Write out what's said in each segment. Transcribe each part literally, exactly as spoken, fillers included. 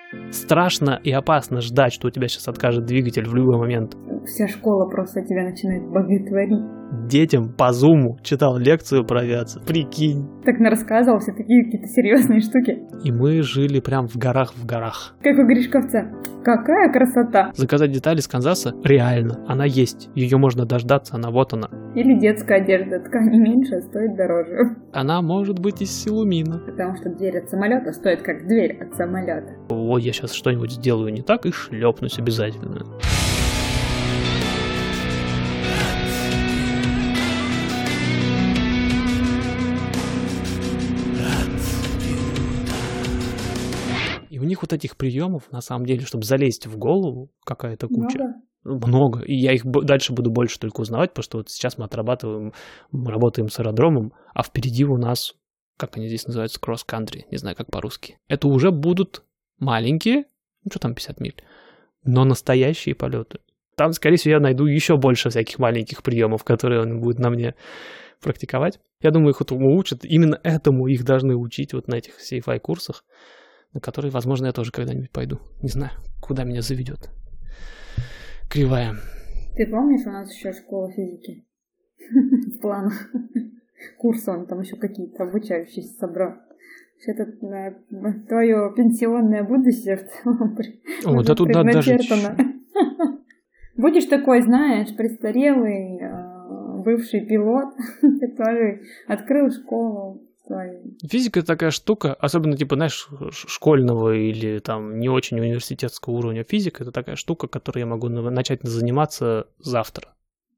Страшно и опасно ждать, что у тебя сейчас откажет двигатель в любой момент. Вся школа просто тебя начинает боготворить. Детям по зуму читал лекцию про авиацию. Прикинь. Так нарассказывал все такие какие-то серьезные штуки. И мы жили прям в горах в горах. Как у Гришковца. Какая красота. Заказать детали с Канзаса реально. Она есть. Ее можно дождаться, она вот она. Или детская одежда. Ткань меньше, стоит дороже. Она может быть из силумина. Потому что дверь от самолета стоит как дверь от самолета. О, я сейчас что-нибудь сделаю не так и шлепнусь обязательно. И у них вот этих приемов, на самом деле, чтобы залезть в голову, какая-то куча. Много. Много. И я их дальше буду больше только узнавать, потому что вот сейчас мы отрабатываем, мы работаем с аэродромом, а впереди у нас, как они здесь называются, кросс-кантри, не знаю, как по-русски. Это уже будут маленькие, ну что там пятьдесят миль, но настоящие полеты. Там, скорее всего, я найду еще больше всяких маленьких приемов, которые он будет на мне практиковать. Я думаю, их вот учат, именно этому их должны учить вот на этих си эф ай-курсах, на которые, возможно, я тоже когда-нибудь пойду. Не знаю, куда меня заведет. Кривая. Ты помнишь, у нас еще школа физики? В планах. Курсы он там еще какие-то обучающиеся собрал. Это твое пенсионное будущее в целом О, да тут надо даже... Будешь такой, знаешь, престарелый, бывший пилот, который открыл школу. Физика это такая штука, особенно типа, знаешь, школьного или там не очень университетского уровня физика, это такая штука, которой я могу начать заниматься завтра.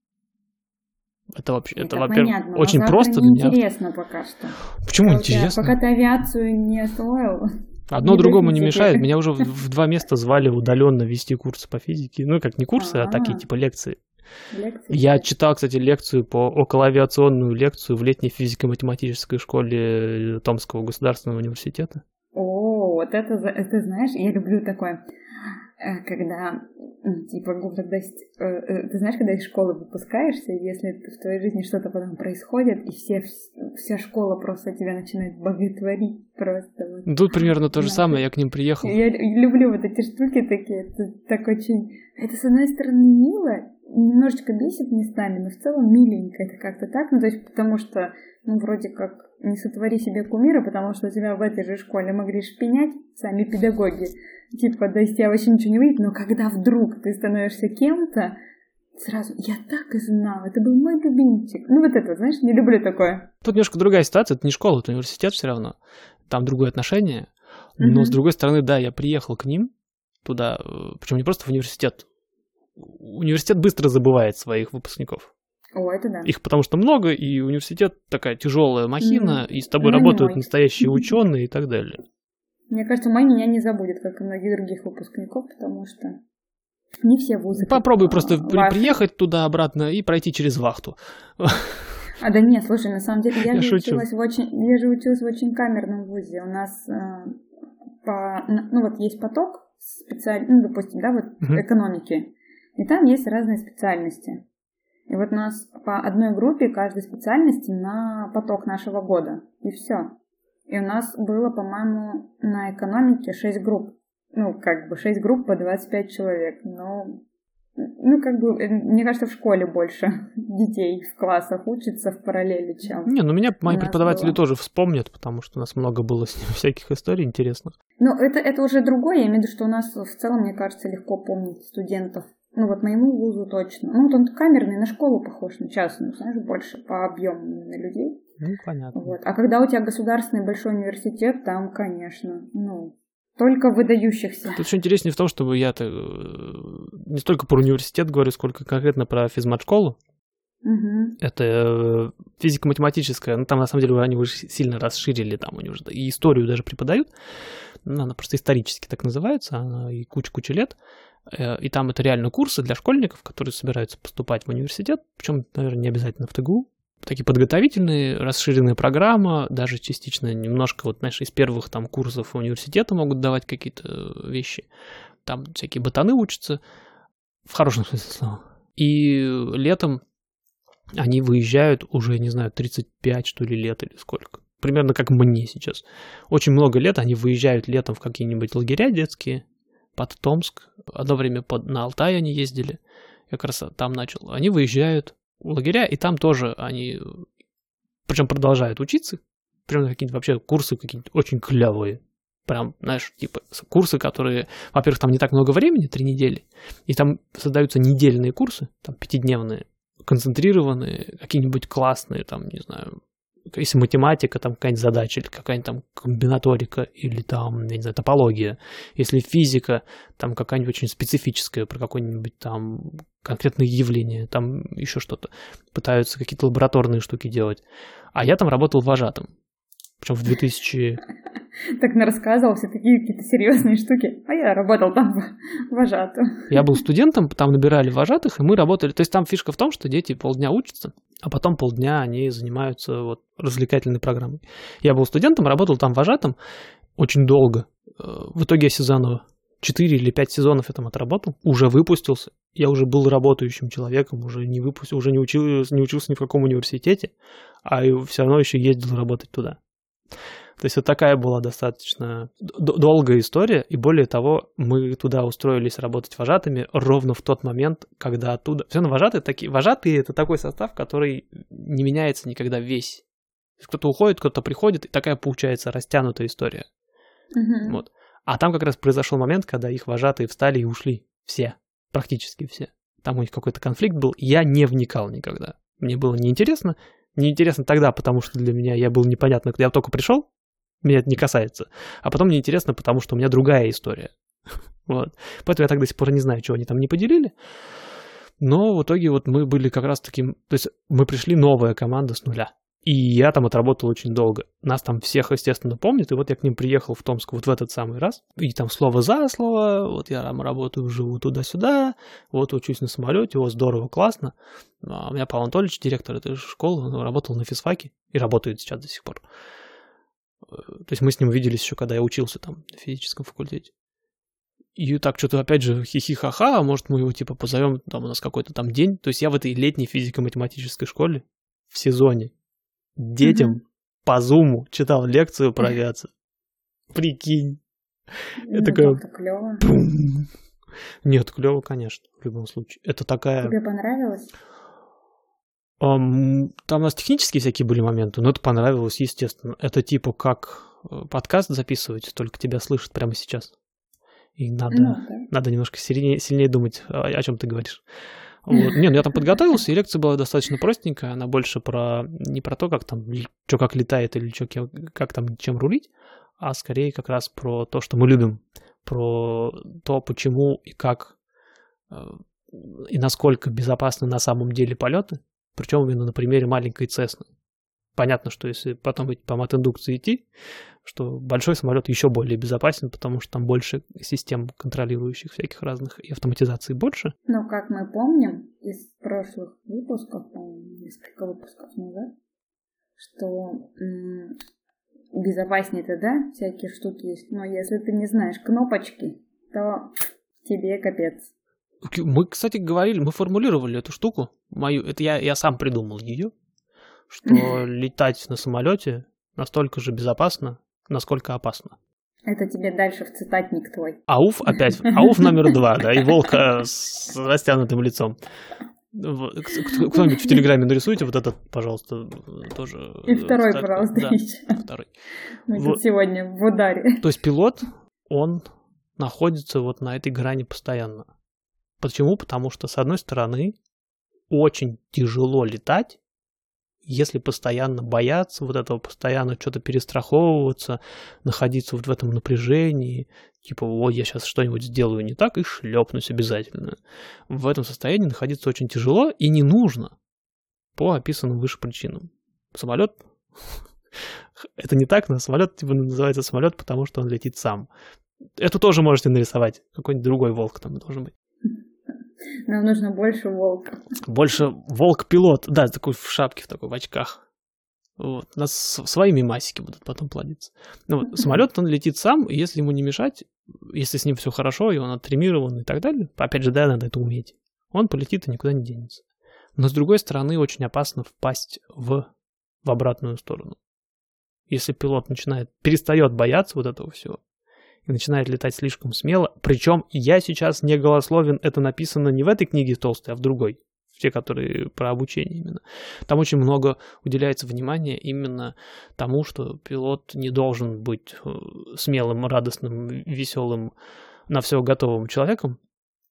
Это вообще, это, это во-первых, понятно, очень просто для меня. Интересно пока что. Почему пока интересно? Тебя, пока ты авиацию не освоил. Одно не другому не мешает. Меня уже в, в два места звали удаленно вести курсы по физике. Ну, как не курсы, А-а-а. а такие типа лекции. Лекции, Я да. читал, кстати, лекцию по околоавиационную лекцию в летней физико-математической школе Томского государственного университета. О, вот это, это знаешь, я люблю такое, когда, типа, гордость, ты знаешь, когда из школы выпускаешься, если в твоей жизни что-то потом происходит, и все, вся школа просто тебя начинает боготворить просто. Вот. Тут примерно то же самое, я к ним приехал. Я люблю вот эти штуки такие, это так очень, это с одной стороны мило, немножечко бесит местами, но в целом миленько, это как-то так, ну то есть потому что, ну вроде как не сотвори себе кумира, потому что тебя в этой же школе могли шпинять сами педагоги, типа, да из тебя вообще ничего не выйдет, но когда вдруг ты становишься кем-то, сразу, я так и знала, это был мой любимчик, ну вот это, знаешь, не люблю такое. Тут немножко другая ситуация, это не школа, это университет все равно, там другое отношение, но mm-hmm. с другой стороны, да, я приехал к ним туда, причем не просто в университет. Университет быстро забывает своих выпускников. О, это да. Их потому что много, и университет такая тяжелая махина, mm. и с тобой ну, работают настоящие ученые и так далее. Мне кажется, мой меня не забудет, как и многих других выпускников, потому что не все вузы. Попробуй просто вахты. Приехать туда-обратно и пройти через вахту. А да нет, слушай, на самом деле я, я же училась в очень, я же училась в очень камерном вузе. У нас э, по, ну вот есть поток специальный, ну допустим, да, вот uh-huh. экономики. И там есть разные специальности. И вот у нас по одной группе каждой специальности на поток нашего года. И все. И у нас было, по-моему, на экономике шесть групп. Ну, как бы шесть групп по двадцать пять человек. Но, ну, как бы, мне кажется, в школе больше детей в классах учатся в параллели, чем... Не, ну меня мои преподаватели было. Тоже вспомнят, потому что у нас много было с ним всяких историй интересных. Ну, это, это уже другое. Я имею в виду, что у нас в целом, мне кажется, легко помнить студентов. Ну, вот моему вузу точно. Ну, вот он камерный, на школу похож, на частную, знаешь, больше по объему на людей. Ну, понятно. Вот. А когда у тебя государственный большой университет, там, конечно, ну, только выдающихся. Тут еще интереснее в том, чтобы я-то не столько про университет говорю, сколько конкретно про физмат-школу. Угу. Это физико-математическая, ну, там, на самом деле, они уже сильно расширили, там они уже и историю даже преподают. Ну, она просто исторически так называется, она и куча-куча лет. И там это реально курсы для школьников, которые собираются поступать в университет, причем, наверное, не обязательно в ТГУ. Такие подготовительные, расширенная программа, даже частично немножко, вот, знаешь, из первых там курсов университета могут давать какие-то вещи. Там всякие ботаны учатся, в хорошем смысле слова. И летом они выезжают уже, не знаю, тридцать пять, что ли, лет или сколько. примерно как мне сейчас. Очень много лет они выезжают летом в какие-нибудь лагеря детские, под Томск. Одно время под, на Алтай они ездили. Я как раз там начал. Они выезжают в лагеря, и там тоже они, причем продолжают учиться. Прям какие-то вообще курсы какие-то очень клевые. Прям, знаешь, типа курсы, которые, во-первых, там не так много времени, три недели, и там создаются недельные курсы, там пятидневные, концентрированные, какие-нибудь классные, там, не знаю, если математика, там какая-нибудь задача, или какая-нибудь там комбинаторика, или там, я не знаю, топология. Если физика, там какая-нибудь очень специфическая, про какое-нибудь там конкретное явление, там еще что-то. Пытаются какие-то лабораторные штуки делать. А я там работал вожатым. Причем в две тысячи... Так нарассказывал все такие какие-то серьезные штуки. А я работал там вожатым. Я был студентом, там набирали вожатых, и мы работали. То есть там фишка в том, что дети полдня учатся, а потом полдня они занимаются вот развлекательной программой. Я был студентом, работал там вожатым очень долго. В итоге я сезоново четыре или пять сезонов я там отработал, уже выпустился. Я уже был работающим человеком, уже не выпустил, уже не учился, не учился ни в каком университете, а все равно еще ездил работать туда. То есть вот такая была достаточно д- долгая история, и более того, мы туда устроились работать вожатыми ровно в тот момент, когда оттуда... Все равно вожатые такие... Вожатые — это такой состав, который не меняется никогда весь. Кто-то уходит, кто-то приходит, и такая получается растянутая история. Mm-hmm. Вот. А там как раз произошел момент, когда их вожатые встали и ушли. Все. Практически все. Там у них какой-то конфликт был, и я не вникал никогда. Мне было неинтересно. Неинтересно тогда, потому что для меня я был непонятно, когда я только пришел, меня это не касается. А потом мне интересно, потому что у меня другая история. Вот. Поэтому я так до сих пор не знаю, чего они там не поделили. Но в итоге вот мы были как раз таким... То есть мы пришли новая команда с нуля. И я там отработал очень долго. Нас там всех, естественно, помнят. И вот я к ним приехал в Томск вот в этот самый раз. И там слово за слово. Вот я там работаю, живу туда-сюда. Вот учусь на самолете. Вот здорово, классно. А у меня Павел Анатольевич, директор этой школы, он работал на физфаке. И работает сейчас до сих пор. То есть мы с ним увиделись еще, когда я учился там на физическом факультете. И так что-то опять же хихи-ха-ха, а может мы его типа позовем, там у нас какой-то там день. То есть я в этой летней физико-математической школе в сезоне детям mm-hmm. по зуму читал лекцию про авиацию. Прикинь. Ну, это такое... клево. Нет, клево, конечно, в любом случае. Это такая... Тебе понравилось? Um, там у нас технические всякие были моменты, но это понравилось, естественно. Это типа как подкаст записывать, только тебя слышат прямо сейчас. И надо, ну, да. надо немножко сильнее, сильнее думать, о, о чем ты говоришь. Вот. Не, ну я там подготовился, и лекция была достаточно простенькая. Она больше про не про то, как там, что как летает или что, как там чем рулить, а скорее как раз про то, что мы любим. Про то, почему и как и насколько безопасны на самом деле полеты. Причем именно на примере маленькой Цесны. Понятно, что если потом по мат-индукции идти, что большой самолет еще более безопасен, потому что там больше систем, контролирующих всяких разных, и автоматизации больше. Но, как мы помним из прошлых выпусков, по-моему, несколько выпусков назад, что м- безопаснее-то, да, всякие штуки есть, но если ты не знаешь кнопочки, то тебе капец. Мы, кстати, говорили, мы формулировали эту штуку, мою, это я, я сам придумал ее, что летать на самолете настолько же безопасно, насколько опасно. Это тебе дальше в цитатник твой. Ауф опять, ауф номер два, да, и волка с растянутым лицом. Кто-нибудь в Телеграме нарисуйте вот этот, пожалуйста, тоже. И второй, пожалуйста, да, еще. Второй. Мы вот. Сегодня в ударе. То есть пилот, он находится вот на этой грани постоянно. Почему? Потому что, с одной стороны, очень тяжело летать, если постоянно бояться вот этого, постоянно что-то перестраховываться, находиться вот в этом напряжении, типа, вот я сейчас что-нибудь сделаю не так и шлепнусь обязательно. В этом состоянии находиться очень тяжело и не нужно по описанным выше причинам. Самолет, это не так, но самолет типа называется самолет, потому что он летит сам. Это тоже можете нарисовать, какой-нибудь другой волк там должен быть. Нам нужно больше волка. Больше волк-пилот, да, такой в шапке, в такой в очках. Вот. У нас своими масики будут потом плодиться. Ну, вот, самолет, он летит сам, и если ему не мешать, если с ним все хорошо, и он оттримирован и так далее, опять же, да, надо это уметь, он полетит и никуда не денется. Но, с другой стороны, очень опасно впасть в, в обратную сторону. Если пилот начинает, перестает бояться вот этого всего и начинает летать слишком смело, причем я сейчас не голословен, это написано не в этой книге толстой, а в другой, в те, которые про обучение именно. Там очень много уделяется внимания именно тому, что пилот не должен быть смелым, радостным, веселым, на все готовым человеком.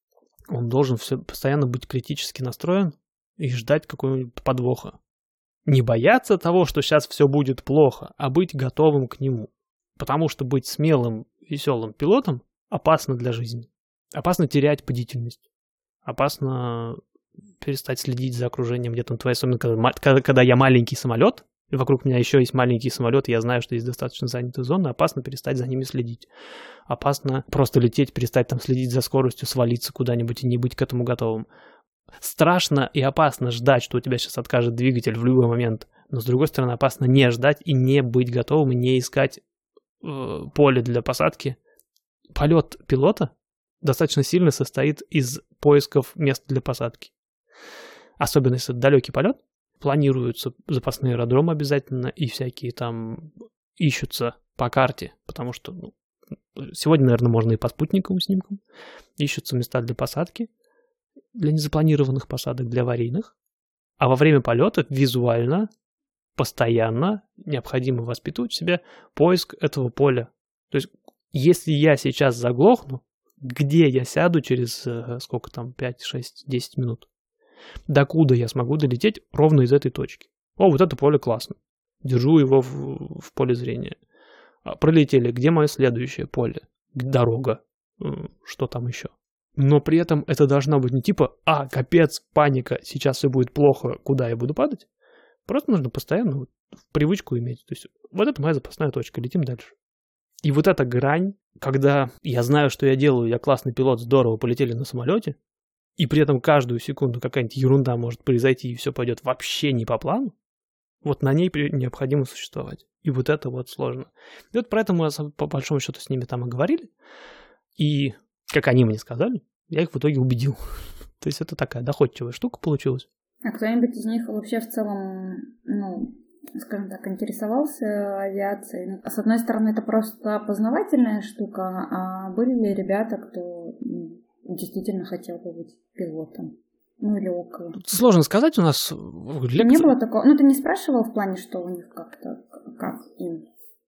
Он должен все, постоянно быть критически настроен и ждать какого-нибудь подвоха. Не бояться того, что сейчас все будет плохо, а быть готовым к нему. Потому что быть смелым, веселым пилотом опасно для жизни. Опасно терять бдительность. Опасно перестать следить за окружением где-то на твоей, особенно когда, когда я маленький самолет, и вокруг меня еще есть маленький самолет, и я знаю, что есть достаточно занятые зоны, опасно перестать за ними следить. Опасно просто лететь, перестать там следить за скоростью, свалиться куда-нибудь и не быть к этому готовым. Страшно и опасно ждать, что у тебя сейчас откажет двигатель в любой момент, но с другой стороны опасно не ждать и не быть готовым, и не искать э, поле для посадки. Полет пилота достаточно сильно состоит из поисков мест для посадки. Особенно если это далекий полет, планируются запасные аэродромы обязательно, и всякие там ищутся по карте, потому что ну, сегодня, наверное, можно и по спутниковым снимкам, ищутся места для посадки, для незапланированных посадок, для аварийных, а во время полета визуально, постоянно необходимо воспитывать в себе поиск этого поля. То есть, если я сейчас заглохну, где я сяду через сколько там, пять, шесть, десять минут? Докуда я смогу долететь ровно из этой точки? О, вот это поле классно. Держу его в, в поле зрения. Пролетели. Где мое следующее поле? Дорога. Что там еще? Но при этом это должно быть не типа, а, капец, паника, сейчас все будет плохо, куда я буду падать? Просто нужно постоянно вот, в привычку иметь. То есть вот это моя запасная точка, летим дальше. И вот эта грань, когда я знаю, что я делаю, я классный пилот, здорово, полетели на самолете, и при этом каждую секунду какая-нибудь ерунда может произойти, и все пойдет вообще не по плану, вот на ней необходимо существовать. И вот это вот сложно. И вот про это мы по большому счету с ними там и говорили. И, как они мне сказали, я их в итоге убедил. То есть это такая доходчивая штука получилась. А кто-нибудь из них вообще в целом, ну, скажем так, интересовался авиацией? С одной стороны, это просто познавательная штука, а были ли ребята, кто действительно хотел бы быть пилотом? Ну, или около. Сложно сказать, у нас лекция... Не было такого? Ну, ты не спрашивал в плане, что у них как-то, как им?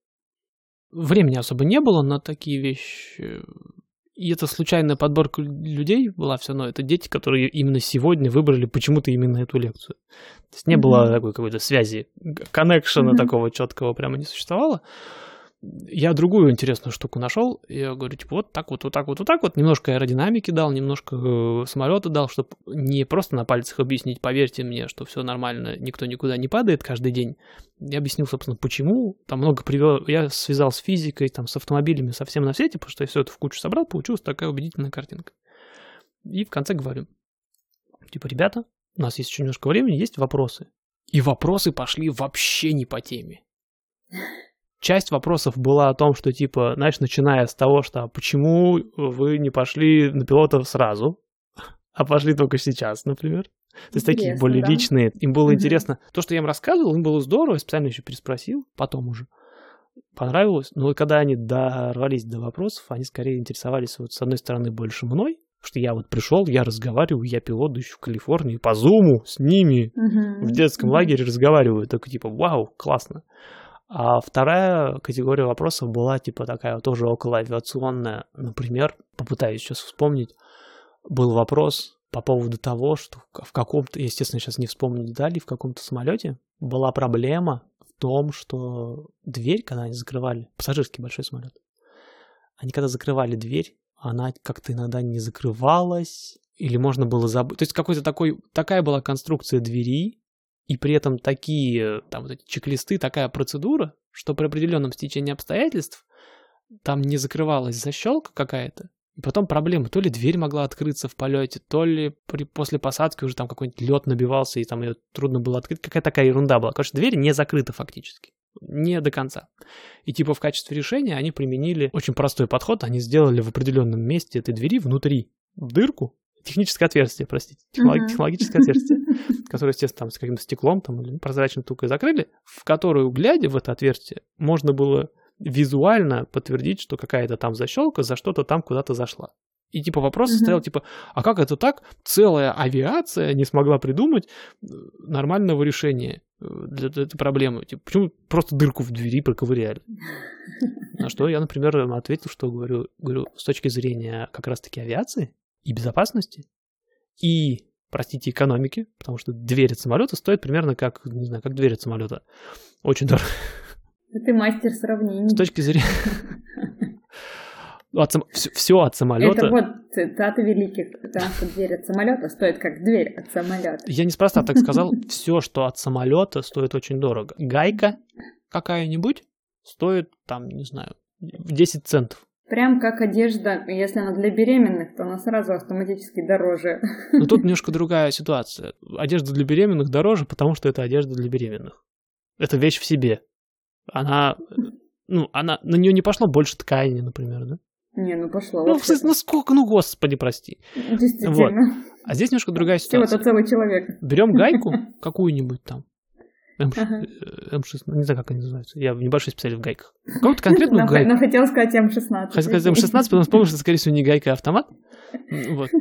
Времени особо не было на такие вещи. И это случайная подборка людей была все равно. Это дети, которые именно сегодня выбрали почему-то именно эту лекцию. То есть не mm-hmm. было такой какой-то связи, коннекшена mm-hmm. такого четкого прямо не существовало. Я другую интересную штуку нашел. Я говорю, типа, вот так вот, вот так вот, вот так вот. Немножко аэродинамики дал, немножко самолета дал, чтобы не просто на пальцах объяснить, поверьте мне, что все нормально, никто никуда не падает каждый день. Я объяснил, собственно, почему. Там много привел. Я связал с физикой, там, с автомобилями, со всем на свете, потому что я все это в кучу собрал, получилась такая убедительная картинка. И в конце говорю, типа, ребята, у нас есть еще немножко времени, есть вопросы. И вопросы пошли вообще не по теме. Часть вопросов была о том, что, типа, знаешь, начиная с того, что почему вы не пошли на пилотов сразу, а пошли только сейчас, например. То есть такие более да? личные. Им было mm-hmm. интересно. То, что я им рассказывал, им было здорово, я специально еще переспросил, потом уже. Понравилось. Но когда они дорвались до вопросов, они скорее интересовались, вот, с одной стороны, больше мной, потому что я вот пришел, я разговариваю, я пилот, еще в Калифорнии, по зуму с ними mm-hmm. в детском mm-hmm. лагере разговариваю. Только типа, вау, классно. А вторая категория вопросов была типа такая тоже околоавиационная. Например, попытаюсь сейчас вспомнить, был вопрос по поводу того, что в каком-то, естественно, сейчас не вспомню детали, в каком-то самолете была проблема в том, что дверь, когда они закрывали, пассажирский большой самолет, они когда закрывали дверь, она как-то иногда не закрывалась, или можно было забыть. То есть какой-то такой, такая была конструкция двери, и при этом такие, там, вот эти чек-листы, такая процедура, что при определенном стечении обстоятельств там не закрывалась защелка какая-то, и потом проблема, то ли дверь могла открыться в полете, то ли при, после посадки уже там какой-нибудь лед набивался, и там ее трудно было открыть, какая-то такая ерунда была. Короче, дверь не закрыта фактически, не до конца. И типа в качестве решения они применили очень простой подход, они сделали в определенном месте этой двери внутри дырку, техническое отверстие, простите, технолог, uh-huh. технологическое отверстие, которое, естественно, там с каким-то стеклом там, или прозрачной штукой закрыли, в которую, глядя в это отверстие, можно было визуально подтвердить, что какая-то там защелка за что-то там куда-то зашла. И типа вопрос uh-huh. стоял, типа, а как это так? Целая авиация не смогла придумать нормального решения для, для этой проблемы. Типа, почему просто дырку в двери проковыряли? На что я, например, ответил, что говорю, говорю, с точки зрения как раз-таки авиации и безопасности, и, простите, экономики, потому что дверь от самолета стоит примерно как, не знаю, как дверь от самолета. Очень дорого. Ты мастер сравнений. С точки зрения... От сам... все, все от самолета. Это вот цитаты великих, потому что дверь от самолета стоит как дверь от самолета. Я неспроста так сказал, все, что от самолета, стоит очень дорого. Гайка какая-нибудь стоит, там, не знаю, десять центов. Прям как одежда, если она для беременных, то она сразу автоматически дороже. Но тут немножко другая ситуация. Одежда для беременных дороже, потому что это одежда для беременных. Это вещь в себе. Она, ну, она, на нее не пошло больше ткани, например, да? Не, ну пошло. Ну, кстати, ну сколько, ну господи, прости. Действительно. Вот. А здесь немножко другая ситуация. Всего-то целый человек. Берем гайку какую-нибудь там. эм шесть, не знаю, как они называются. Я небольшой специалист в гайках. Какую-то конкретную гайку. Но хотел сказать эм шестнадцать. Хотел сказать эм шестнадцать, потом вспомнил, что, скорее всего, не гайка, а автомат. Вот.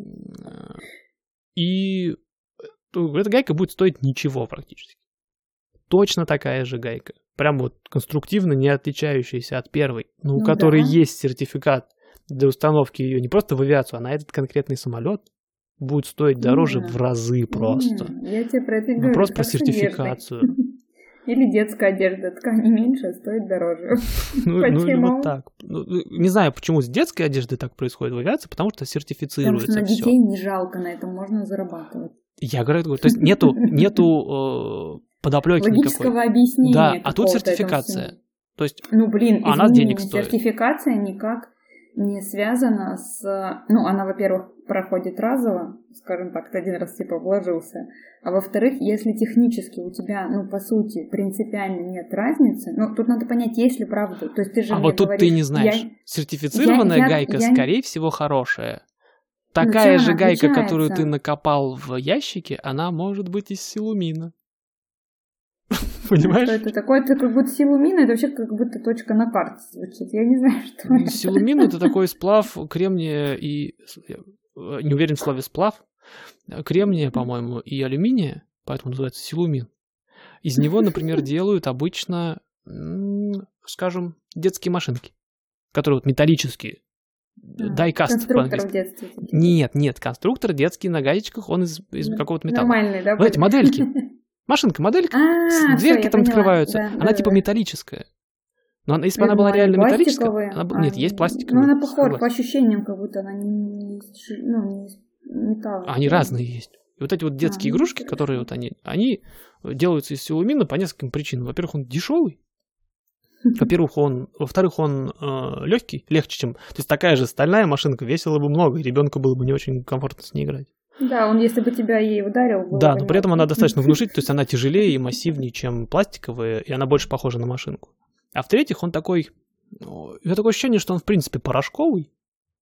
И эта гайка будет стоить ничего практически. Точно такая же гайка. Прям вот конструктивно не отличающаяся от первой, но у ну, которой да. есть сертификат для установки ее не просто в авиацию, а на этот конкретный самолет будет стоить дороже mm. в разы просто. Mm. Я тебе про это говорю. Просто про сертификацию. Или детская одежда, ткани меньше, а стоит дороже. Ну, ну вот так. Ну, не знаю, почему с детской одеждой так происходит в авиации, потому что сертифицируется все. Потому что на детей не жалко, на этом можно зарабатывать. Я говорю, то есть нету, нету подоплеки логического никакой. объяснения. Да, а тут сертификация. То есть ну, блин, она извини, денег стоит. Сертификация никак не связана с... Ну, она, во-первых, проходит разово, скажем так, ты один раз типа вложился, а во-вторых, если технически у тебя, ну, по сути, принципиально нет разницы, ну, тут надо понять, есть ли правда. То есть ты же а мне вот тут говоришь, ты не знаешь. Я... Сертифицированная я, я, гайка, я... скорее всего, хорошая. Такая ну, же гайка, отличается? которую ты накопал в ящике, она может быть из силумина. Понимаешь? Что это такое? Это как будто силумин, это вообще как будто точка на карте звучит. Я не знаю, что это. Силумин — это такой сплав кремния и... Не уверен в слове сплав. Кремния, по-моему, и алюминия, поэтому называется силумин. Из него, например, делают обычно, скажем, детские машинки, которые вот металлические. Дайкаст. Конструктор в детстве. Нет, нет, конструктор детский на гаечках, он из, из ну, какого-то металла. Нормальный, да? Вот эти модельки. Машинка, моделька, а, дверки все, там поняла. открываются. Да, она да, типа да. металлическая. Но она, если бы Я она была думала, реально металлическая... Она... А, Нет, есть пластиковая. Ну, она похожа по ощущениям, как будто она не из ну, не из металла. Они разные есть. И вот эти вот детские а, игрушки, которые вот они, они делаются из силумина по нескольким причинам. Во-первых, он дешевый. Во-первых, он, во-вторых, он э, легкий, легче, чем... То есть такая же стальная машинка весила бы много, и ребенку было бы не очень комфортно с ней играть. Да, он если бы тебя ей ударил... Было да, бы но при этом она достаточно внушительная, то есть она тяжелее и массивнее, чем пластиковая, и она больше похожа на машинку. А в-третьих, он такой... У меня такое ощущение, что он, в принципе, порошковый,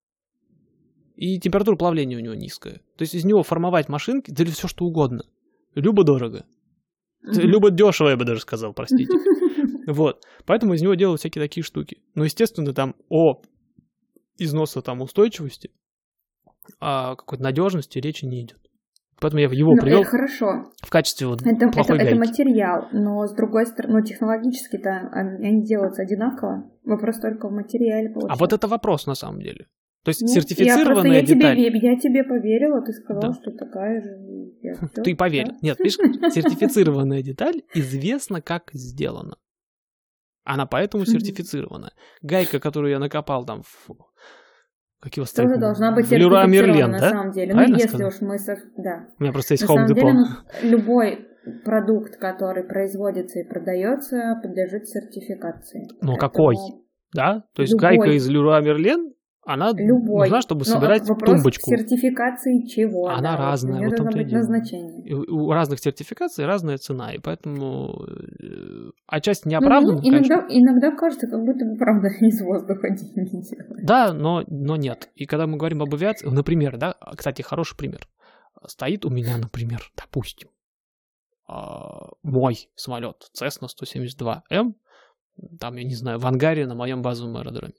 и температура плавления у него низкая. То есть из него формовать машинки, да или все что угодно. Любо-дорого. Mm-hmm. Любо-дешево, я бы даже сказал, простите. Вот. Поэтому из него делают всякие такие штуки. Но, естественно, там о износа там устойчивости, о какой-то надежности речи не идет. Поэтому я его ну, привел это хорошо. В качестве вот это, плохой это, гайки. Это материал, но с другой стороны, ну, технологически-то они делаются одинаково. Вопрос только в материале получается. А вот это вопрос на самом деле. То есть ну, сертифицированная я деталь... Тебе, я тебе поверила, ты сказала, да. что такая же... Я, ты все, поверил. Да? Нет, видишь, сертифицированная деталь известно, как сделана. Она поэтому сертифицирована. Гайка, которую я накопал там в... Как его тоже должна быть сертифицирована на да? самом деле. Правильно ну, если сказал? Уж мы... Со... Да. У меня просто есть на Home Depot. Деле, ну, любой продукт, который производится и продается, подлежит сертификации. Ну, какой? Да? То есть любой. Гайка из Leroy Merlin Она Любой. нужна, чтобы собирать тумбочку. Сертификации чего? Она да, разная. У нее вот должно быть назначение. У разных сертификаций разная цена, и поэтому отчасти неоправданно. Ну, иногда, иногда кажется, как будто бы правда из воздуха деньги делают. Да, но, но нет. И когда мы говорим об авиации, например, да, кстати, хороший пример. Стоит у меня, например, допустим, мой самолет Cessna сто семьдесят два эм, там, я не знаю, в ангаре на моем базовом аэродроме.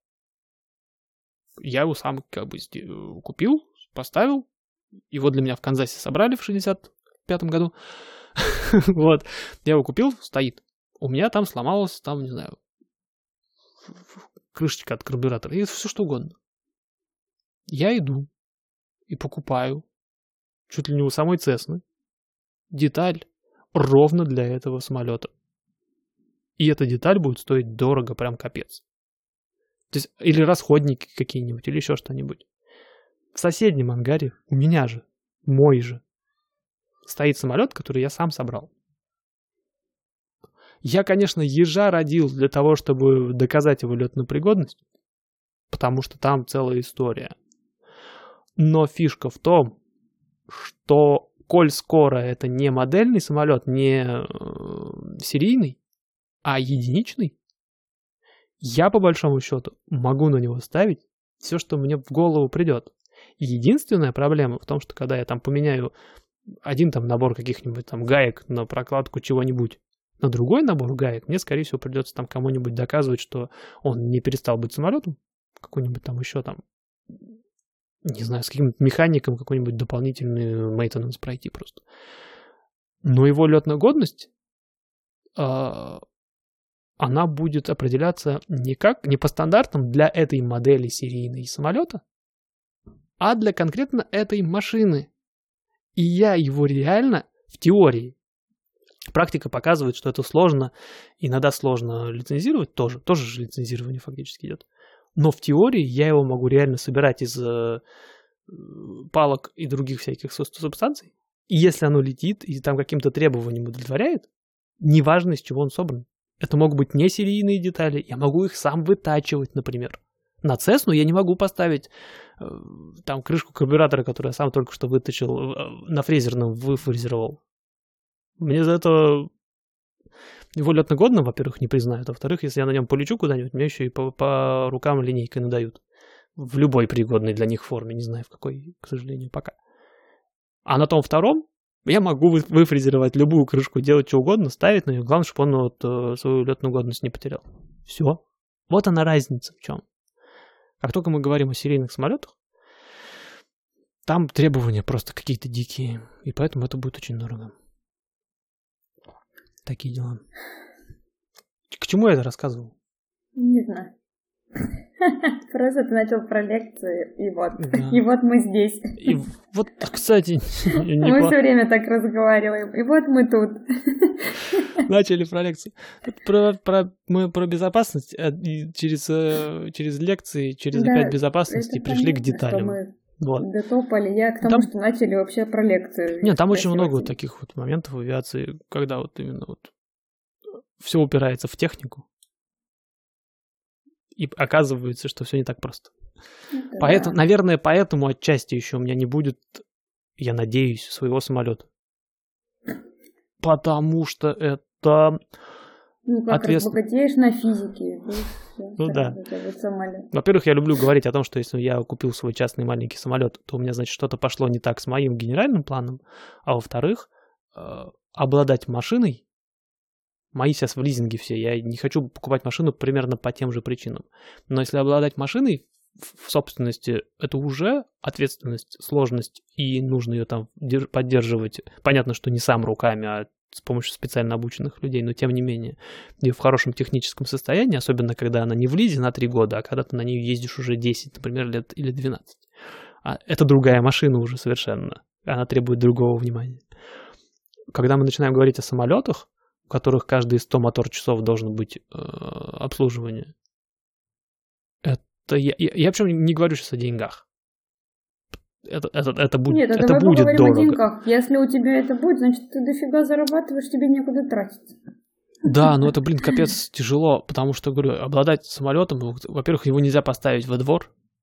Я его сам как бы купил, поставил. Его для меня в Канзасе собрали в шестьдесят пятом году. Вот. Я его купил, стоит. У меня там сломалась, там, не знаю, крышечка от карбюратора. И все что угодно. Я иду и покупаю чуть ли не у самой Цесны деталь ровно для этого самолета. И эта деталь будет стоить дорого, прям капец. То есть, или расходники какие-нибудь, или еще что-нибудь. В соседнем ангаре, у меня же, мой же, стоит самолет, который я сам собрал. Я, конечно, ежа родил для того, чтобы доказать его летную пригодность, потому что там целая история. Но фишка в том, что, коль скоро это не модельный самолет, не серийный, а единичный, я, по большому счету, могу на него ставить все, что мне в голову придет. Единственная проблема в том, что когда я там поменяю один там набор каких-нибудь там гаек на прокладку чего-нибудь на другой набор гаек, мне, скорее всего, придется там кому-нибудь доказывать, что он не перестал быть самолетом, какой-нибудь там еще там, не знаю, с каким-нибудь механиком какой-нибудь дополнительный мейтенанс пройти просто. Но его летная годность... Э- она будет определяться не как, не по стандартам для этой модели серийной самолета, а для конкретно этой машины. И я его реально в теории, практика показывает, что это сложно, иногда сложно лицензировать, тоже, тоже же лицензирование фактически идет. Но в теории я его могу реально собирать из э, палок и других всяких субстанций. И если оно летит и там каким-то требованиям удовлетворяет, неважно, из чего он собран. Это могут быть не серийные детали, я могу их сам вытачивать, например. На Цесну я не могу поставить э, там крышку карбюратора, которую я сам только что вытащил, э, на фрезерном выфрезеровал. Мне за это его летногодным, во-первых, не признают, а во-вторых, если я на нем полечу куда-нибудь, мне еще и по, по рукам линейкой надают. В любой пригодной для них форме, не знаю в какой, к сожалению, пока. А на том втором я могу выфрезеровать любую крышку, делать что угодно, ставить на нее. Главное, чтобы он вот, э, свою летную годность не потерял. Все. Вот она разница в чем. Как только мы говорим о серийных самолетах, там требования просто какие-то дикие. И поэтому это будет очень дорого. Такие дела. К чему я это рассказывал? Не знаю. Просто ты начал про лекции, и вот, да. И вот мы здесь. И вот, кстати... Мы все время так разговариваем, и вот мы тут. Начали про лекции. Про, про, мы про безопасность, и через, через лекции, через да, опять безопасность, и пришли к деталям. Мы вот. Дотопали. Я к тому, там... что начали вообще про лекцию. Нет, там очень много вот таких вот моментов в авиации, когда вот именно вот все упирается в технику. И оказывается, что все не так просто. Да. Поэтому, наверное, поэтому отчасти еще у меня не будет, я надеюсь, своего самолета. Потому что это... Ну, как ответственно... разбогатеешь на физике. Ну да. Во-первых, я люблю говорить о том, что если я купил свой частный маленький самолет, то у меня, значит, что-то пошло не так с моим генеральным планом. А во-вторых, обладать машиной, мои сейчас в лизинге все, я не хочу покупать машину примерно по тем же причинам. Но если обладать машиной в собственности, это уже ответственность, сложность, и нужно ее там поддерживать. Понятно, что не сам руками, а с помощью специально обученных людей, но тем не менее, ее в хорошем техническом состоянии, особенно когда она не в лизе на три года, а когда ты на нее ездишь уже десять, например, лет или двенадцать. А это другая машина уже совершенно. Она требует другого внимания. Когда мы начинаем говорить о самолетах, у которых каждые сто мотор-часов должно быть э, обслуживание, это я, я, я причем не говорю сейчас о деньгах. Это, это, это будет, Нет, это давай будет поговорим дорого. О деньгах. Если у тебя это будет, значит, ты дофига зарабатываешь, тебе некуда тратить. Да, но это, блин, капец тяжело, потому что, говорю, обладать самолетом, во-первых, его нельзя поставить во двор,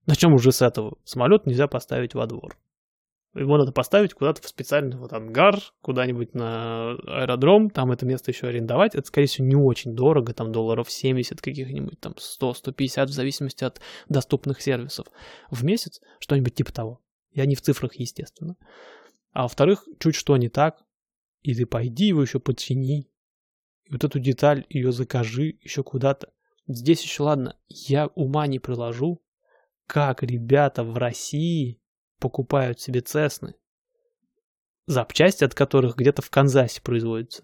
Начнем уже с этого. Самолет нельзя поставить во двор. Его надо поставить куда-то в специальный вот ангар, куда-нибудь на аэродром, там это место еще арендовать. Это, скорее всего, не очень дорого, там долларов семьдесят каких-нибудь, там сто - сто пятьдесят, в зависимости от доступных сервисов в месяц, что-нибудь типа того. Я не в цифрах, естественно. А во-вторых, чуть что не так, и ты пойди его еще подчини, и вот эту деталь ее закажи еще куда-то. Здесь еще, ладно, я ума не приложу, как ребята в России покупают себе Цесны, запчасти от которых где-то в Канзасе производятся.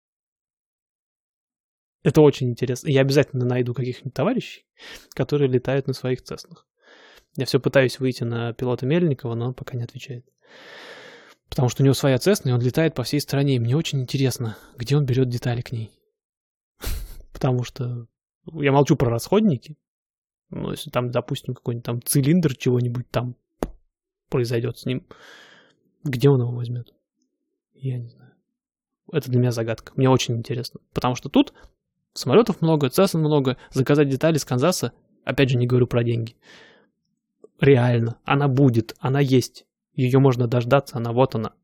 Это очень интересно. Я обязательно найду каких-нибудь товарищей, которые летают на своих Цеснах. Я все пытаюсь выйти на пилота Мельникова, но он пока не отвечает. Потому что у него своя Цесна, и он летает по всей стране. И мне очень интересно, где он берет детали к ней. Потому что я молчу про расходники. Но если там, допустим, какой-нибудь там цилиндр чего-нибудь там произойдет с ним, где он его возьмет? Я не знаю. Это для меня загадка. Мне очень интересно. Потому что тут самолетов много, Цесн много. Заказать детали с Канзаса, опять же, не говорю про деньги. Реально. Она будет. Она есть. Ее можно дождаться. Она вот она.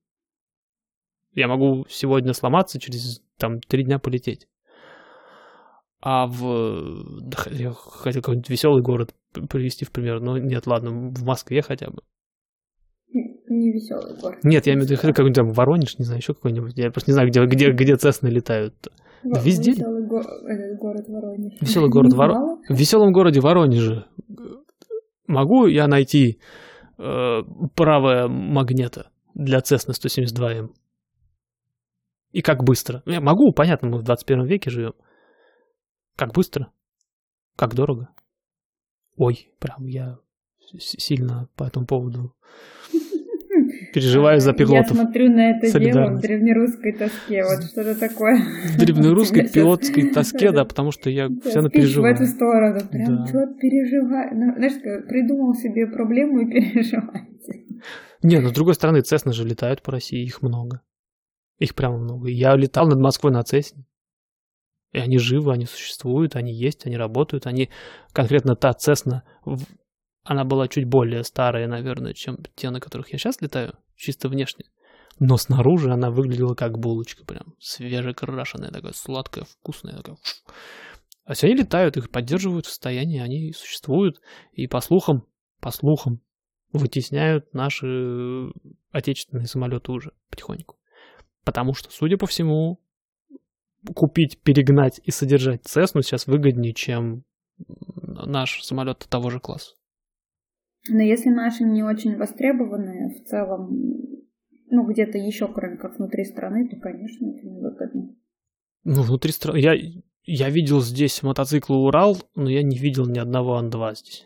Я могу сегодня сломаться, через там три дня полететь. А в... Я хотел какой-нибудь веселый город привести в пример. Но нет, ладно, в Москве хотя бы. Не веселый город. Нет, я имею в виду какой-нибудь там Воронеж, не знаю, еще какой-нибудь. Я просто не знаю, где, где, где Цесны летают. В... Да везде. Веселый го... этот город Воронеж. Веселый город Воронеж. В веселом городе Воронеже могу я найти э, правое магнето для Цесны сто семьдесят два эм? И как быстро? Я могу, понятно, мы в двадцать первом веке живем. Как быстро? Как дорого? Ой, прям я сильно по этому поводу переживаю за пилотов. Я смотрю на это дело в древнерусской тоске. Вот что-то такое. В древнерусской пилотской тоске, да, потому что я все напереживаю. В эту сторону. Прям что-то переживаю. Знаешь, придумал себе проблему и переживаете. Не, но с другой стороны, Цесны же летают по России, их много. Их прямо много. Я летал над Москвой на Цесне. И они живы, они существуют, они есть, они работают. Они, конкретно та Цесна, она была чуть более старая, наверное, чем те, на которых я сейчас летаю, чисто внешне. Но снаружи она выглядела как булочка, прям свежекрашенная, такая сладкая, вкусная. Такая. А все они летают, их поддерживают в состоянии, они существуют. И по слухам, по слухам, вытесняют наши отечественные самолеты уже потихоньку. Потому что, судя по всему, купить, перегнать и содержать Цесну сейчас выгоднее, чем наш самолет того же класса. Но если наши не очень востребованные в целом, ну, где-то еще, кроме как внутри страны, то, конечно, это невыгодно. Ну, внутри страны... Я, я видел здесь мотоциклы Урал, но я не видел ни одного Ан два здесь.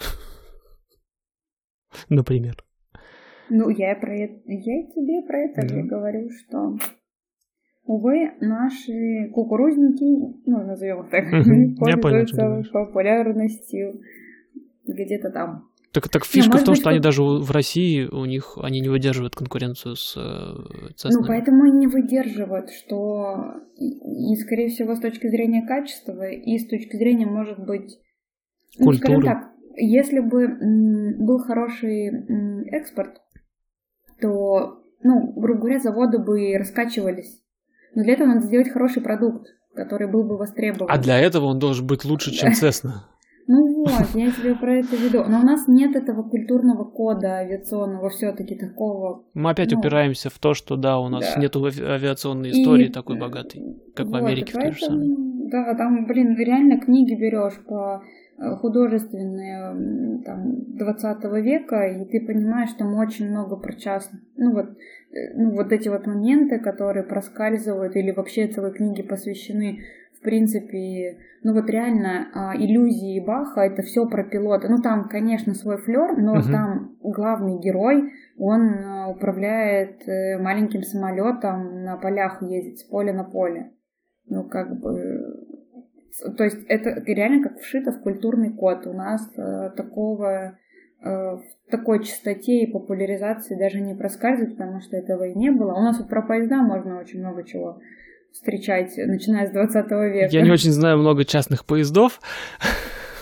Например. Ну, я про это... Я тебе про это же говорю, что... Увы, наши кукурузники, ну, назовем их так, пользуются популярностью где-то там. Так, так фишка в том, быть, что они даже в России, у них, они не выдерживают конкуренцию с Цеснами. Ну, поэтому и не выдерживают, что и, скорее всего, с точки зрения качества, и с точки зрения, может быть, ну, скажем так, если бы м, был хороший м, экспорт, то, ну, грубо говоря, заводы бы раскачивались. Но для этого надо сделать хороший продукт, который был бы востребован. А для этого он должен быть лучше, чем Цесна. Ну вот, я тебе про это веду. Но у нас нет этого культурного кода авиационного все-таки такого. Мы опять ну, упираемся в то, что да, у нас да. нет авиационной истории и, такой богатой, как вот, в Америке в той же самой. Да, там, блин, реально книги берешь по художественные там, двадцатого века, и ты понимаешь, там очень много про частных. Ну вот, ну вот эти вот моменты, которые проскальзывают, или вообще целые книги посвящены, в принципе, ну вот реально иллюзии Баха, это все про пилота. Ну там, конечно, свой флер, но uh-huh. там главный герой, он управляет маленьким самолетом, на полях ездит, с поля на поле. Ну как бы... То есть это реально как вшито в культурный код. У нас э, такого, э, в такой чистоте и популяризации даже не проскальзывает, потому что этого и не было. У нас вот про поезда можно очень много чего встречать, начиная с двадцатого века. Я не очень знаю много частных поездов,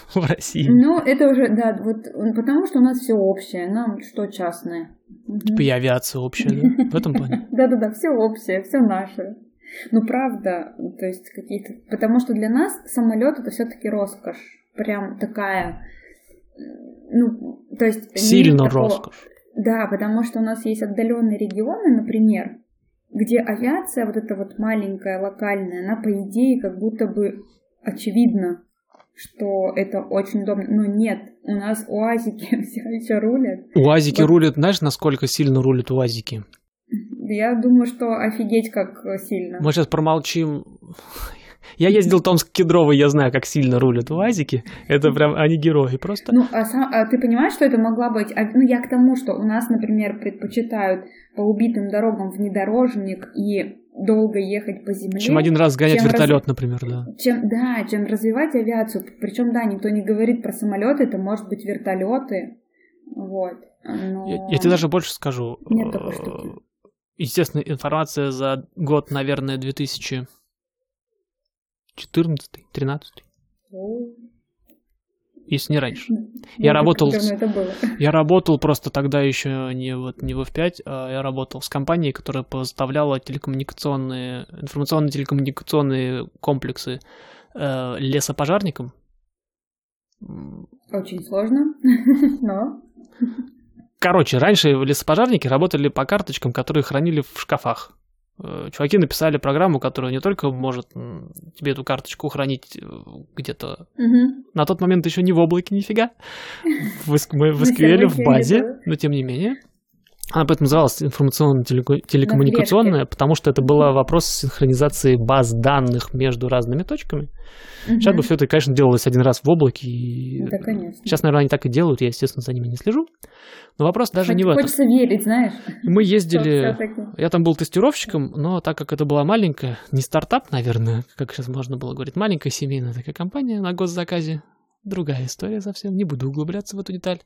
в России. Ну, это уже, да, вот потому что у нас все общее, нам что частное. Типа и авиация общая, да? В этом плане? Да-да-да, все общее, все наше. Ну, правда, то есть какие-то... Потому что для нас самолет это все-таки роскошь. Прям такая... Ну, то есть... Сильно такого... роскошь. Да, потому что у нас есть отдаленные регионы, например, где авиация, вот эта вот маленькая, локальная, она, по идее, как будто бы очевидно, что это очень удобно. Но нет, у нас УАЗики все еще рулят. УАЗики вот. Рулят, знаешь, насколько сильно рулят УАЗики? Я думаю, что офигеть как сильно. Мы сейчас промолчим. Я ездил в Томск-Кедрово, я знаю, как сильно рулят УАЗики. Это прям они герои просто. Ну, а, сам, а ты понимаешь, что это могла быть... Ну, я к тому, что у нас, например, предпочитают по убитым дорогам внедорожник и долго ехать по земле. Чем один раз сгонять вертолет, раз... например, да. Чем, да, чем развивать авиацию. Причем, да, никто не говорит про самолеты, это может быть вертолеты. Вот. Но... Я, я тебе даже больше скажу. Нет такой штуки. Естественно, информация за год, наверное, две тысячи четырнадцатый, тринадцатый. Если не раньше. Я работал, я работал просто тогда еще не, вот, не в эф пять, а я работал с компанией, которая поставляла телекоммуникационные, информационно-телекоммуникационные комплексы э, лесопожарникам. Очень сложно, но... Короче, раньше лесопожарники работали по карточкам, которые хранили в шкафах. Чуваки написали программу, которая не только может тебе эту карточку хранить где-то угу. На тот момент еще не в облаке нифига, в эс ку эль, в базе, но тем не менее. Она поэтому называлась информационно-телекоммуникационная, потому что это был вопрос синхронизации баз данных между разными точками. Угу. Сейчас бы все это, конечно, делалось один раз в облаке. И... Да, конечно. Сейчас, наверное, они так и делают, я, естественно, за ними не слежу. Но вопрос даже Хоть не в этом. Хочется верить, знаешь. Мы ездили... Я там был тестировщиком, но так как это была маленькая, не стартап, наверное, как сейчас можно было говорить, маленькая семейная такая компания на госзаказе. Другая история совсем, не буду углубляться в эту деталь.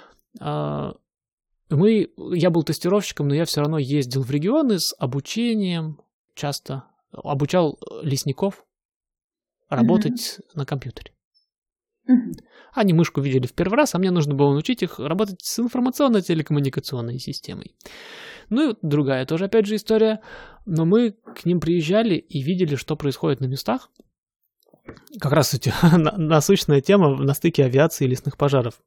Мы... Я был тестировщиком, но я все равно ездил в регионы с обучением, часто обучал лесников работать mm-hmm. на компьютере. Mm-hmm. Они мышку видели в первый раз, а мне нужно было научить их работать с информационно-телекоммуникационной системой. Ну и другая тоже, опять же, история. Но мы к ним приезжали и видели, что происходит на местах. Как раз, кстати, насущная тема на стыке авиации и лесных пожаров.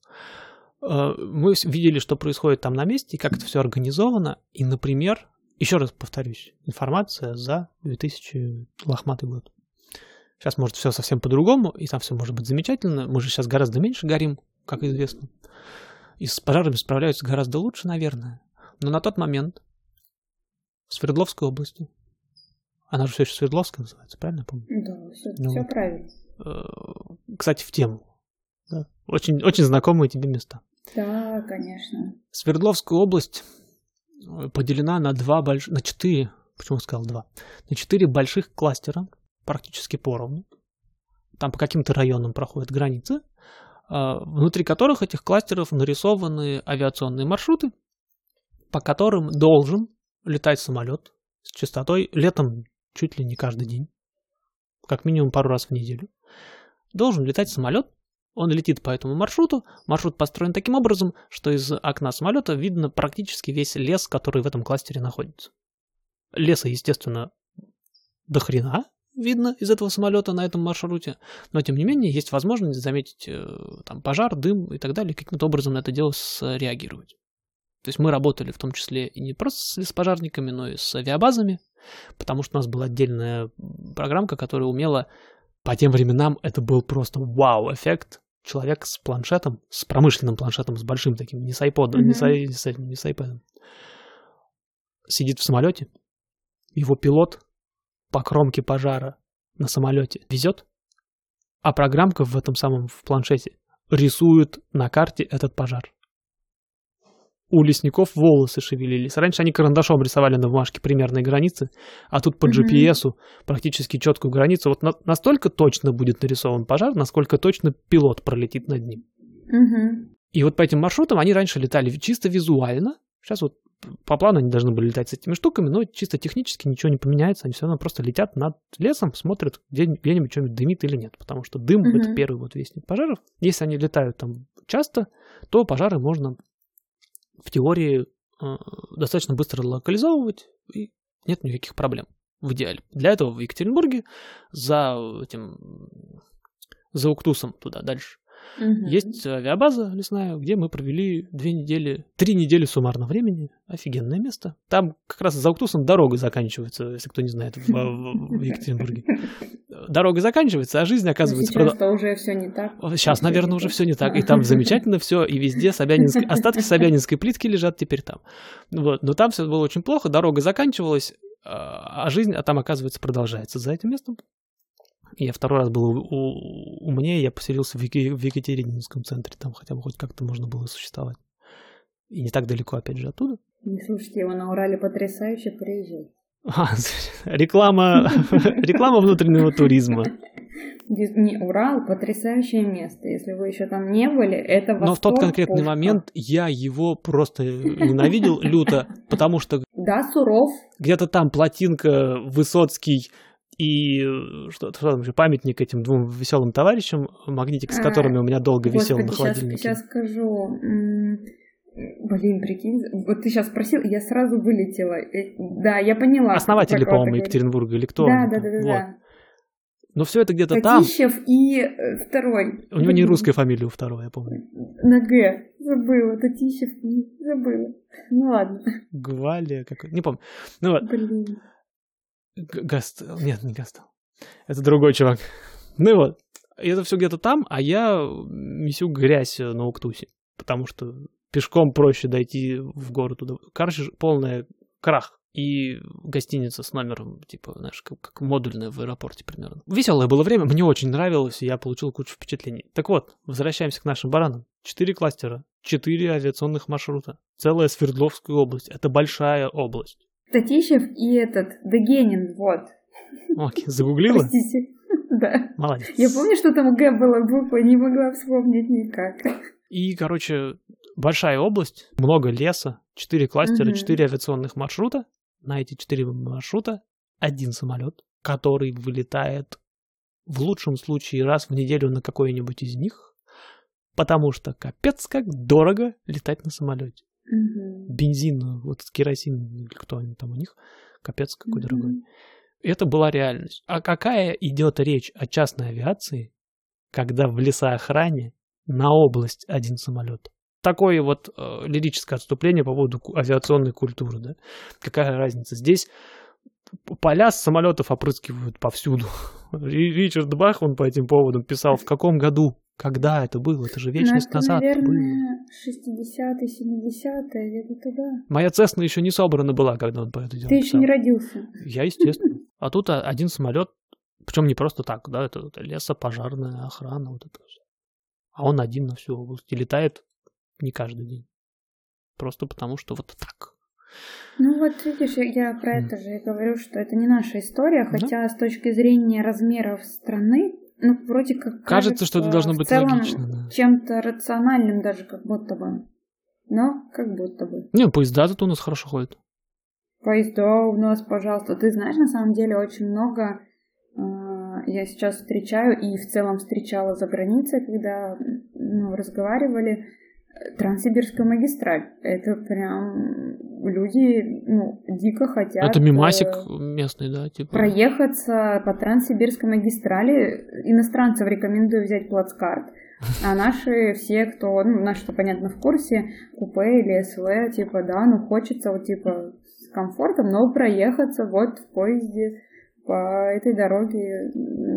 Мы видели, что происходит там на месте, и как это все организовано. И, например, еще раз повторюсь, информация за две тысячи лохматый год. Сейчас может все совсем по-другому, и там все может быть замечательно. Мы же сейчас гораздо меньше горим, как известно. И с пожарами справляются гораздо лучше, наверное. Но на тот момент в Свердловской области, она же все еще Свердловская называется, правильно помню? Да, все, ну, все правильно. Кстати, в тему. Да? Очень, очень знакомые тебе места. Да, конечно. Свердловская область поделена на два больш... на четыре, почему я сказал два? На четыре больших кластера, практически поровну. Там по каким-то районам проходят границы, внутри которых этих кластеров нарисованы авиационные маршруты, по которым должен летать самолет с частотой летом чуть ли не каждый день, как минимум пару раз в неделю. Должен летать самолет, он летит по этому маршруту, маршрут построен таким образом, что из окна самолета видно практически весь лес, который в этом кластере находится. Леса, естественно, до хрена видно из этого самолета на этом маршруте, но тем не менее есть возможность заметить э, там, пожар, дым и так далее, каким-то образом на это дело среагировать. То есть мы работали в том числе и не просто с лесопожарниками, но и с авиабазами, потому что у нас была отдельная программка, которая умела, по тем временам это был просто вау-эффект, человек с планшетом, с промышленным планшетом, с большим таким, не с айподом, mm-hmm. не, с, не, с, не с айпэдом, сидит в самолете, его пилот по кромке пожара на самолете везет, а программка в этом самом в планшете рисует на карте этот пожар. У лесников волосы шевелились. Раньше они карандашом рисовали на бумажке примерные границы, а тут по джи пи эс практически четкую границу. Вот на, настолько точно будет нарисован пожар, насколько точно пилот пролетит над ним. Mm-hmm. И вот по этим маршрутам они раньше летали чисто визуально. Сейчас вот по плану они должны были летать с этими штуками, но чисто технически ничего не поменяется, они все равно просто летят над лесом, смотрят, где, где-нибудь что-нибудь дымит или нет, потому что дым mm-hmm. — это первый вот вестник пожаров. Если они летают там часто, то пожары можно в теории э, достаточно быстро локализовывать, и нет никаких проблем в идеале. Для этого в Екатеринбурге за этим, за Уктусом туда дальше угу. есть авиабаза лесная, где мы провели две недели, три недели суммарно времени. Офигенное место. Там как раз за Уктусом дорога заканчивается, если кто не знает, в, в, в Екатеринбурге. Дорога заканчивается, а жизнь оказывается... Сейчас продо... уже все не так. Сейчас, наверное, уже все не так. И там замечательно все, и везде Собянинск... остатки Собянинской плитки лежат теперь там. Вот. Но там все было очень плохо, дорога заканчивалась, а жизнь, а там, оказывается, продолжается за этим местом. Я второй раз был у, у, умнее, я поселился в, Еки, в Екатерининском центре, там хотя бы хоть как-то можно было существовать. И не так далеко, опять же, оттуда. Не слушайте его на Урале потрясающе, приезжай. А, реклама, реклама внутреннего туризма. Не, Урал — потрясающее место. Если вы еще там не были, это восторг. Но в тот конкретный пушка. момент я его просто ненавидел люто, потому что... Да, суров. Где-то там плотинка, Высоцкий и что, что там же, памятник этим двум веселым товарищам, магнитик, с которыми у меня долго висел на холодильнике. Сейчас, сейчас скажу... Блин, прикинь, вот ты сейчас спросил, я сразу вылетела. Да, я поняла. Основатели, по-моему, Екатеринбурга или кто? Да, да, да, да, вот. да. Но все это где-то там. Татищев и второй. У него не русская фамилия у второго, я помню. На Г. Забыла. Татищев и забыла. Ну ладно. Гвалия какой. Не помню. Ну вот. Блин. Гастел. Нет, не Гастел. Это другой чувак. Ну вот. И это все где-то там, а я месю грязь на Уктусе. Потому что пешком проще дойти в гору туда. Короче, полный крах. И гостиница с номером, типа, знаешь, как, как модульная в аэропорте примерно. Веселое было время, мне очень нравилось, и я получил кучу впечатлений. Так вот, возвращаемся к нашим баранам. Четыре кластера, четыре авиационных маршрута. Целая Свердловская область. Это большая область. Татищев и этот, Дегенин, вот. Окей, загуглила? Простите. Да. Молодец. Я помню, что там Г было буква, не могла вспомнить никак. И, короче, большая область, много леса, четыре кластера, четыре угу. авиационных маршрута. На эти четыре маршрута один самолет, который вылетает в лучшем случае раз в неделю на какой-нибудь из них, потому что капец как дорого летать на самолете. Угу. Бензин, вот керосин, или кто они там у них, капец какой угу. дорогой. Это была реальность. А какая идет речь о частной авиации, когда в лесоохране на область один самолет? Такое вот э, лирическое отступление по поводу авиационной культуры, да? Какая разница? Здесь поля с самолетов опрыскивают повсюду. Ричард Бах, он по этим поводам писал, в каком году, когда это было? Это же вечность это, назад наверное, было. шестидесятые, семидесятые, где-то тогда. Моя Цесна еще не собрана была, когда он по этому делу Ты писал. еще не родился. Я, естественно. А тут один самолет, причем не просто так, да, это, это лесопожарная охрана, вот это все. А он один на всю область и летает не каждый день. Просто потому, что вот так. Ну вот видишь, я про это же и говорю, что это не наша история, хотя да? с точки зрения размеров страны, ну вроде как кажется, кажется что это должно быть в целом логично. Да. Чем-то рациональным даже как будто бы. Но как будто бы. Не, поезда зато у нас хорошо ходят. Поезда у нас, пожалуйста. Ты знаешь, на самом деле очень много э, я сейчас встречаю и в целом встречала за границей, когда ну, разговаривали. Транссибирская магистраль. Это прям люди, ну, дико хотят... Это мимасик местный, да? Типа. Проехаться по Транссибирской магистрали. Иностранцев рекомендую взять плацкарт. А наши все, кто... Ну, наши-то, понятно, в курсе, купе или СВ, типа, да, ну, хочется вот, типа, с комфортом, но проехаться вот в поезде по этой дороге.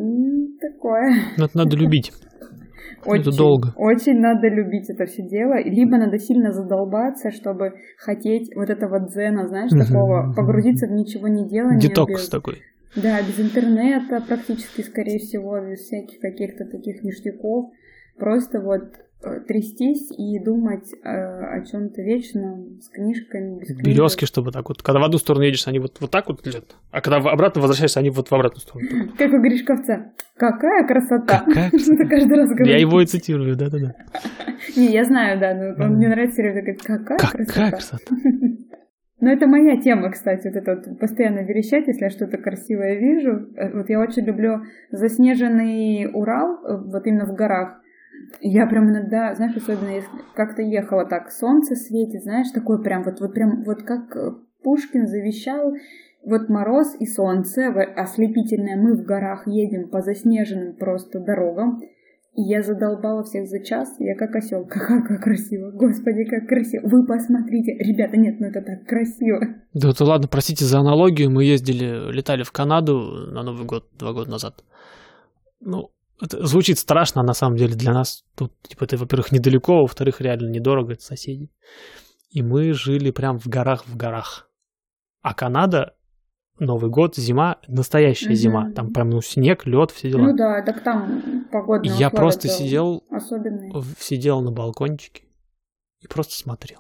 Такое. Это надо любить. Очень, это долго. Очень надо любить это все дело. Либо надо сильно задолбаться, чтобы хотеть вот этого дзена, знаешь, uh-huh, такого, uh-huh. погрузиться в ничего не делания. Детокс без, такой. Да, без интернета практически, скорее всего, без всяких каких-то таких ништяков. Просто вот трястись и думать э, о чем-то вечном, с книжками, без книжек. Березки, чтобы так вот. Когда в одну сторону едешь, они вот, вот так вот летят, а когда обратно возвращаешься, они вот в обратную сторону. Как у Гришковца. Какая красота! Какая красота! Каждый раз говорит. Я его и цитирую, да-да-да. Не, я знаю, да, но мне нравится все время говорить, какая красота! Какая красота! Ну, это моя тема, кстати, вот это вот постоянно верещать, если я что-то красивое вижу. Вот я очень люблю заснеженный Урал, вот именно в горах. Я прям иногда, знаешь, особенно если как-то ехала так, солнце светит, знаешь, такой прям вот, вот прям вот как Пушкин завещал, вот мороз и солнце ослепительное, мы в горах едем по заснеженным просто дорогам. И я задолбала всех за час, я как осел. Как, как красиво, господи, как красиво. Вы посмотрите. Ребята, нет, ну это так красиво. Да это ладно, простите за аналогию. Мы ездили, летали в Канаду на Новый год два года назад. Ну, это звучит страшно, а на самом деле для нас тут, типа, это, во-первых, недалеко, во-вторых, реально недорого, это соседи. И мы жили прям в горах, в горах. А Канада... Новый год, зима, настоящая угу. зима. Там прям ну, снег, лед, все дела. Ну да, так там погодные условия. Я просто сидел, особенные. сидел на балкончике и просто смотрел.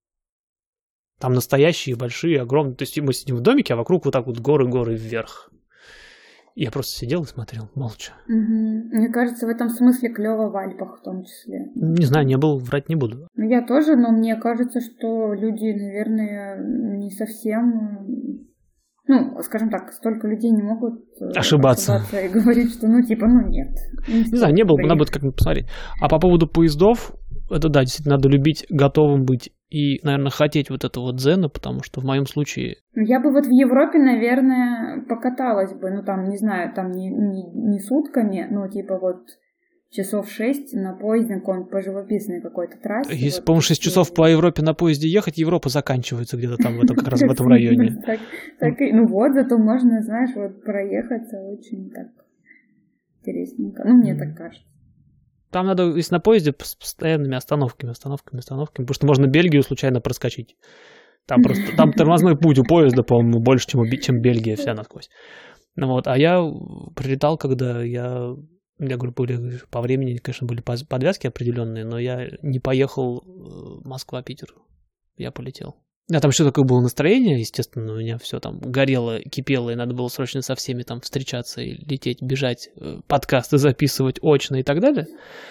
Там настоящие, большие, огромные. То есть мы сидим в домике, а вокруг вот так вот горы-горы вверх. И я просто сидел и смотрел, молча. Угу. Мне кажется, в этом смысле клево в Альпах в том числе. Не знаю, не был, врать не буду. Ну, я тоже, но мне кажется, что люди, наверное, не совсем... Ну, скажем так, столько людей не могут ошибаться, ошибаться и говорить, что ну типа, ну нет. Не, не знаю, не было бы, надо будет как-нибудь посмотреть. А по поводу поездов, это да, действительно надо любить, готовым быть и, наверное, хотеть вот этого дзена, потому что в моем случае... Я бы вот в Европе, наверное, покаталась бы, ну там, не знаю, там не, не, не сутками, но типа вот часов шесть на поезде, на какой-нибудь по живописной какой-то трассе. Если, вот, по-моему, шесть часов по Европе на поезде ехать, Европа заканчивается где-то там, в этом, как раз в этом районе. Ну вот, зато можно, знаешь, вот проехаться очень так интересненько. Ну, мне так кажется. Там надо, если на поезде, с постоянными остановками, остановками, остановками, потому что можно Бельгию случайно проскочить. Там просто, там тормозной путь у поезда, по-моему, больше, чем, чем Бельгия вся насквозь. Ну вот, а я прилетал, когда я... Я говорю, были, по времени, конечно, были подвязки определенные, но я не поехал Москва-Питер. Я полетел. А там еще такое было настроение, естественно, у меня все там горело, кипело, и надо было срочно со всеми там встречаться и лететь, бежать, подкасты записывать очно и так далее.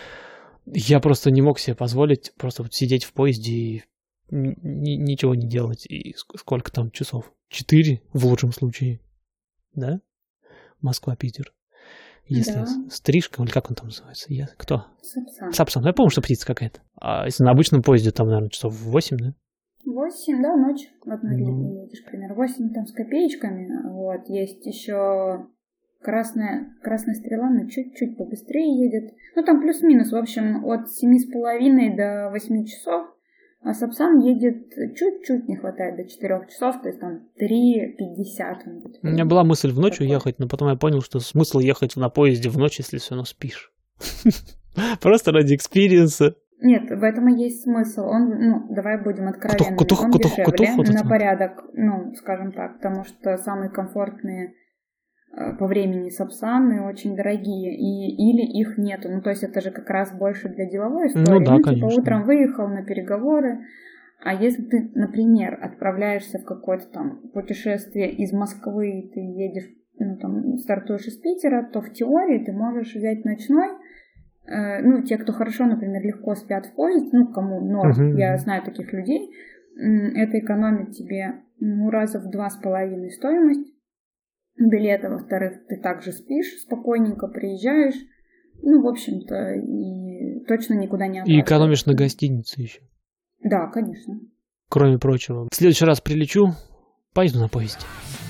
Я просто не мог себе позволить просто вот сидеть в поезде и ничего не делать. И сколько там часов? Четыре в лучшем случае. Да? Москва-Питер. Если да. Стрижка, или как он там называется? Я, кто? Сапсан. Сапсан. Я помню, что птица какая-то. А если на обычном поезде, там, наверное, часов восемь, да? Восемь, да, ночь. В одной линии mm. едешь, примерно. Восемь там с копеечками. Вот. Есть еще красная, красная стрела, но чуть-чуть побыстрее едет. Ну, там плюс-минус, в общем, от семи с половиной до восьми часов. А Сапсан едет чуть-чуть, не хватает до четырех часов, то есть там три пятьдесят. У меня была мысль в ночь такой. Ехать, но потом я понял, что смысл ехать на поезде в ночь, если все равно спишь. Просто ради экспириенса. Нет, в этом и есть смысл. Он, ну, давай будем откровенными, он дешевле на порядок, ну, скажем так, потому что самые комфортные по времени Сапсаны очень дорогие, и, или их нету. Ну, то есть это же как раз больше для деловой истории. Ну, да, ну, конечно. Типа утром выехал на переговоры, а если ты, например, отправляешься в какое-то там путешествие из Москвы, ты едешь, ну, там, стартуешь из Питера, то в теории ты можешь взять ночной. Э, ну, те, кто хорошо, например, легко спят в поезде, ну, кому норм, uh-huh. я знаю таких людей, это экономит тебе, ну, раза в два с половиной стоимость билета, во-вторых, ты также спишь, спокойненько приезжаешь, ну, в общем-то, и точно никуда не опаздываешь. И экономишь на гостинице еще. Да, конечно. Кроме прочего. В следующий раз прилечу, поеду на поезде.